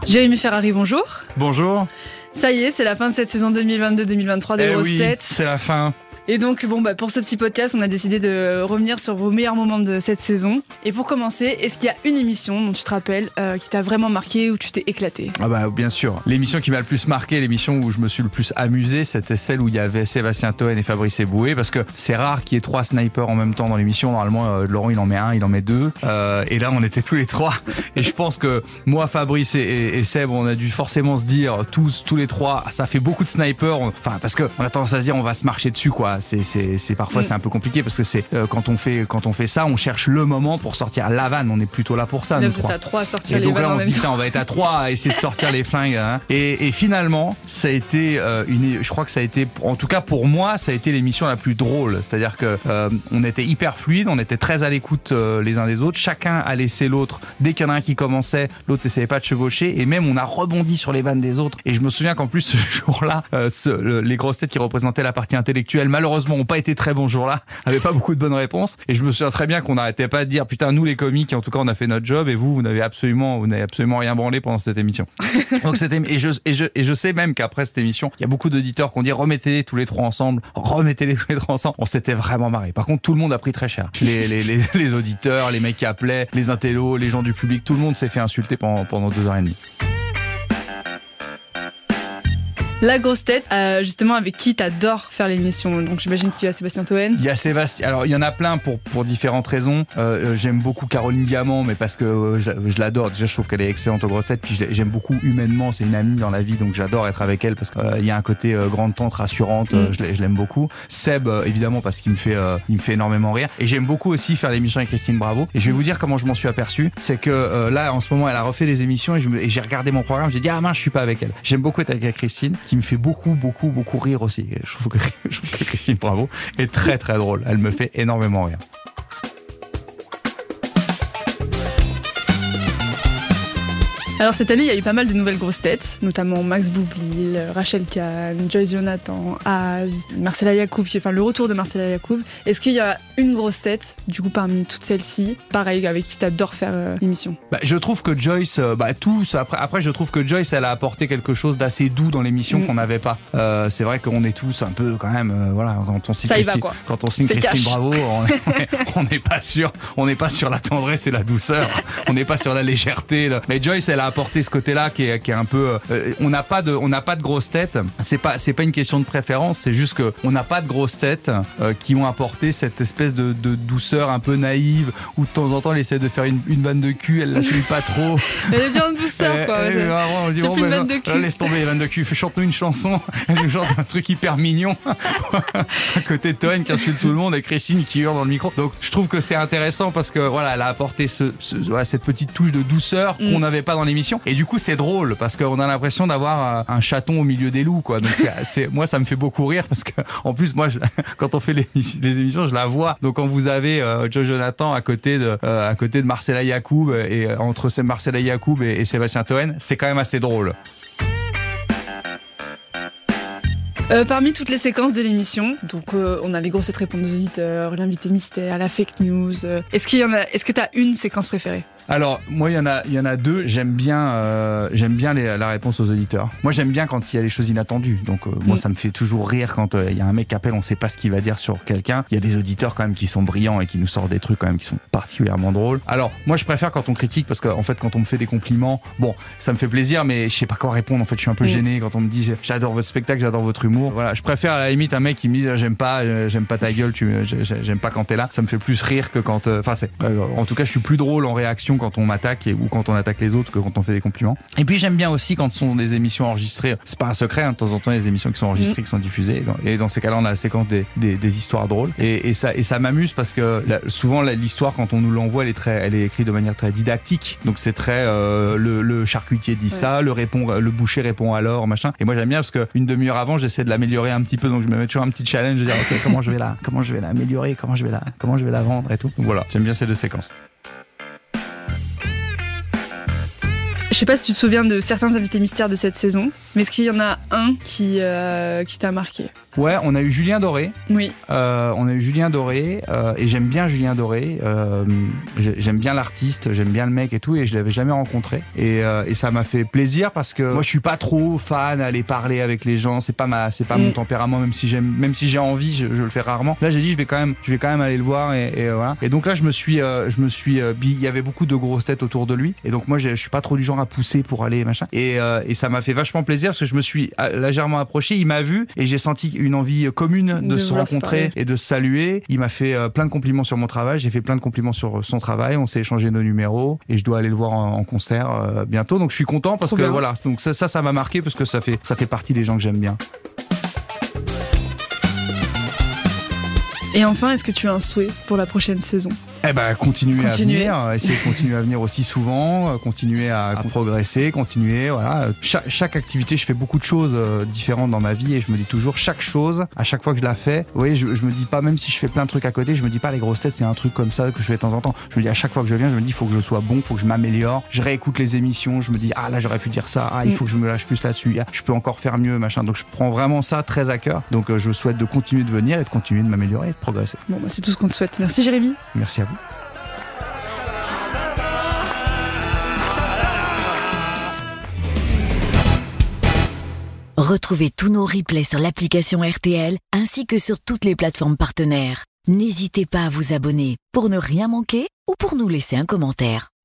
Jérémy Ferrari, bonjour. Bonjour. Ça y est, c'est la fin de cette saison 2022-2023 des grosses têtes. C'est la fin. Et donc, pour ce petit podcast, on a décidé de revenir sur vos meilleurs moments de cette saison. Et pour commencer, est-ce qu'il y a une émission dont tu te rappelles qui t'a vraiment marqué, où tu t'es éclaté ? Ah bah bien sûr. L'émission qui m'a le plus marqué, l'émission où je me suis le plus amusé, c'était celle où il y avait Sébastien Toen et Fabrice Eboué, parce que c'est rare qu'il y ait 3 snipers en même temps dans l'émission. Normalement, Laurent il en met 1, il en met 2. Et là, on était tous les 3. Et je pense que moi, Fabrice et Seb, on a dû forcément se dire tous les 3, ça fait beaucoup de snipers. Enfin, parce que on a tendance à se dire, on va se marcher dessus, quoi. C'est parfois c'est un peu compliqué parce que c'est quand on fait ça, on cherche le moment pour sortir la vanne. On est plutôt là pour ça. Là, vous êtes à 3 à sortir les vannes. Et donc là, on se dit, temps. on va être à 3 à essayer de sortir les flingues. Hein. Et finalement, ça a été je crois que ça a été, en tout cas pour moi, ça a été l'émission la plus drôle. C'est-à-dire que on était hyper fluide, on était très à l'écoute les uns des autres. Chacun a laissé l'autre. Dès qu'il y en a un qui commençait, l'autre n'essayait pas de chevaucher. Et même, on a rebondi sur les vannes des autres. Et je me souviens qu'en plus, ce jour-là, les grosses têtes qui représentaient la partie intellectuelle, malheureusement, n'ont pas été très bons jour-là, n'avaient pas beaucoup de bonnes réponses. Et je me souviens très bien qu'on n'arrêtait pas de dire, putain, nous les comiques, en tout cas, on a fait notre job. Et vous n'avez absolument rien branlé pendant cette émission. Donc je sais même qu'après cette émission, il y a beaucoup d'auditeurs qui ont dit, remettez-les tous les 3 ensemble. On s'était vraiment marré. Par contre, tout le monde a pris très cher. Les auditeurs, les mecs qui appelaient, les intellos, les gens du public, tout le monde s'est fait insulter pendant 2h30. La grosse tête, justement, avec qui t'adores faire l'émission. Donc j'imagine qu'il y a Sébastien Toen. Il y a Sébastien. Alors il y en a plein pour différentes raisons. J'aime beaucoup Caroline Diamant, mais parce que je l'adore. Déjà, je trouve qu'elle est excellente aux grosses têtes. Puis j'aime beaucoup humainement. C'est une amie dans la vie, donc j'adore être avec elle parce qu'il y a un côté grande tante rassurante. Je l'aime beaucoup. Seb, évidemment, parce qu'il me fait énormément rire. Et j'aime beaucoup aussi faire l'émission avec Christine Bravo. Et je vais vous dire comment je m'en suis aperçu. C'est que là, en ce moment, elle a refait des émissions et j'ai regardé mon programme. J'ai dit mince, je suis pas avec elle. J'aime beaucoup être avec Christine, qui me fait beaucoup rire aussi. Je trouve que Christine Bravo est très très drôle. Elle me fait énormément rire. Alors cette année, il y a eu pas mal de nouvelles grosses têtes, notamment Max Boublil, Rachel Kahn, Joyce Jonathan, Az, Marcella Yacoub, le retour de Marcella Yacoub. Est-ce qu'il y a une grosse tête, du coup, parmi toutes celles-ci, pareil, avec qui t'adores faire l'émission ? Je trouve que Joyce, tous, après je trouve que Joyce, elle a apporté quelque chose d'assez doux dans l'émission qu'on n'avait pas. C'est vrai qu'on est tous un peu quand même, voilà, quand on signe Christine Bravo, on n'est pas sur la tendresse et la douceur, on n'est pas sur la légèreté. Mais Joyce, elle a apporté ce côté-là qui est un peu. On n'a pas de grosses têtes. C'est pas une question de préférence. C'est juste que on n'a pas de grosses têtes qui ont apporté cette espèce de douceur un peu naïve où de temps en temps elle essaie de faire une vanne de cul, elle l'assume pas trop. Elle est bien de douceur quoi. On dit une vanne de cul. Laisse tomber les vannes de cul. Chante-nous une chanson. Elle nous chante un truc hyper mignon. À côté de Toen qui insulte tout le monde et Christine qui hurle dans le micro. Donc je trouve que c'est intéressant parce que voilà, elle a apporté cette petite touche de douceur qu'on n'avait pas dans l'émission. Et du coup, c'est drôle parce qu'on a l'impression d'avoir un chaton au milieu des loups, quoi. Donc, moi, ça me fait beaucoup rire parce que, en plus, moi, quand on fait les émissions, je la vois. Donc, quand vous avez Joyce Jonathan à côté de Marcella Yacoub et entre Marcella Yacoub et Sébastien Toen, c'est quand même assez drôle. Parmi toutes les séquences de l'émission, donc on a les grosses têtes répondent aux auditeurs, l'invité mystère, la fake news. Est-ce que t'as une séquence préférée ? Alors, moi, il y en a 2. J'aime bien la réponse aux auditeurs. Moi, j'aime bien quand il y a des choses inattendues. Donc, moi, ça me fait toujours rire quand il y a un mec qui appelle, on sait pas ce qu'il va dire sur quelqu'un. Il y a des auditeurs quand même qui sont brillants et qui nous sortent des trucs quand même qui sont particulièrement drôles. Alors, moi, je préfère quand on critique parce que, en fait, quand on me fait des compliments, bon, ça me fait plaisir, mais je sais pas quoi répondre. En fait, je suis un peu gêné quand on me dit j'adore votre spectacle, j'adore votre humour. Voilà, je préfère à la limite un mec qui me dit j'aime pas ta gueule, j'aime pas quand t'es là. Ça me fait plus rire que quand, en tout cas, je suis plus drôle en réaction quand on m'attaque ou quand on attaque les autres que quand on fait des compliments. Et puis j'aime bien aussi quand ce sont des émissions enregistrées. C'est pas un secret, de temps en temps il y a des émissions qui sont enregistrées, qui sont diffusées. Et dans ces cas-là, on a la séquence des histoires drôles. Et ça m'amuse parce que souvent l'histoire quand on nous l'envoie, elle est écrite de manière très didactique. Donc c'est très le charcutier dit ça, le boucher répond alors, machin. Et moi j'aime bien parce que une demi-heure avant, j'essaie de l'améliorer un petit peu. Donc je me mets toujours un petit challenge de dire ok, comment je vais l'améliorer, comment je vais la vendre et tout. Donc voilà, j'aime bien ces 2 séquences. Je sais pas si tu te souviens de certains invités mystères de cette saison, mais est-ce qu'il y en a un qui t'a marqué? Ouais, on a eu Julien Doré. Oui. Et j'aime bien Julien Doré. J'aime bien l'artiste, j'aime bien le mec et tout, et je l'avais jamais rencontré. Et ça m'a fait plaisir parce que moi je suis pas trop fan à aller parler avec les gens. C'est pas mon tempérament, même si j'ai envie, je le fais rarement. Là j'ai dit je vais quand même aller le voir et voilà. Et donc là il y avait beaucoup de grosses têtes autour de lui, et donc moi je suis pas trop du genre à pousser pour aller machin. Et ça m'a fait vachement plaisir parce que je me suis légèrement approché. Il m'a vu et j'ai senti une envie commune de se rencontrer et de se saluer. Il m'a fait plein de compliments sur mon travail, j'ai fait plein de compliments sur son travail, on s'est échangé nos numéros et je dois aller le voir en concert bientôt. Donc je suis content parce que voilà, donc ça m'a marqué parce que ça fait partie des gens que j'aime bien. Et enfin, est-ce que tu as un souhait pour la prochaine saison? Continuer à venir, essayer de continuer à venir aussi souvent, continuer à progresser, continuer, voilà. Chaque activité, je fais beaucoup de choses différentes dans ma vie et je me dis toujours, chaque chose, à chaque fois que je la fais, oui, je me dis pas, même si je fais plein de trucs à côté, je me dis pas les grosses têtes, c'est un truc comme ça que je fais de temps en temps. Je me dis à chaque fois que je viens, je me dis, il faut que je sois bon, il faut que je m'améliore. Je réécoute les émissions, je me dis, là, j'aurais pu dire ça, il faut que je me lâche plus là-dessus, je peux encore faire mieux, machin. Donc je prends vraiment ça très à cœur. Donc je souhaite de continuer de venir et de continuer de m'améliorer et de progresser. Bon, c'est tout ce qu'on te souhaite. Merci Jérémy. Merci à vous. Retrouvez tous nos replays sur l'application RTL ainsi que sur toutes les plateformes partenaires. N'hésitez pas à vous abonner pour ne rien manquer ou pour nous laisser un commentaire.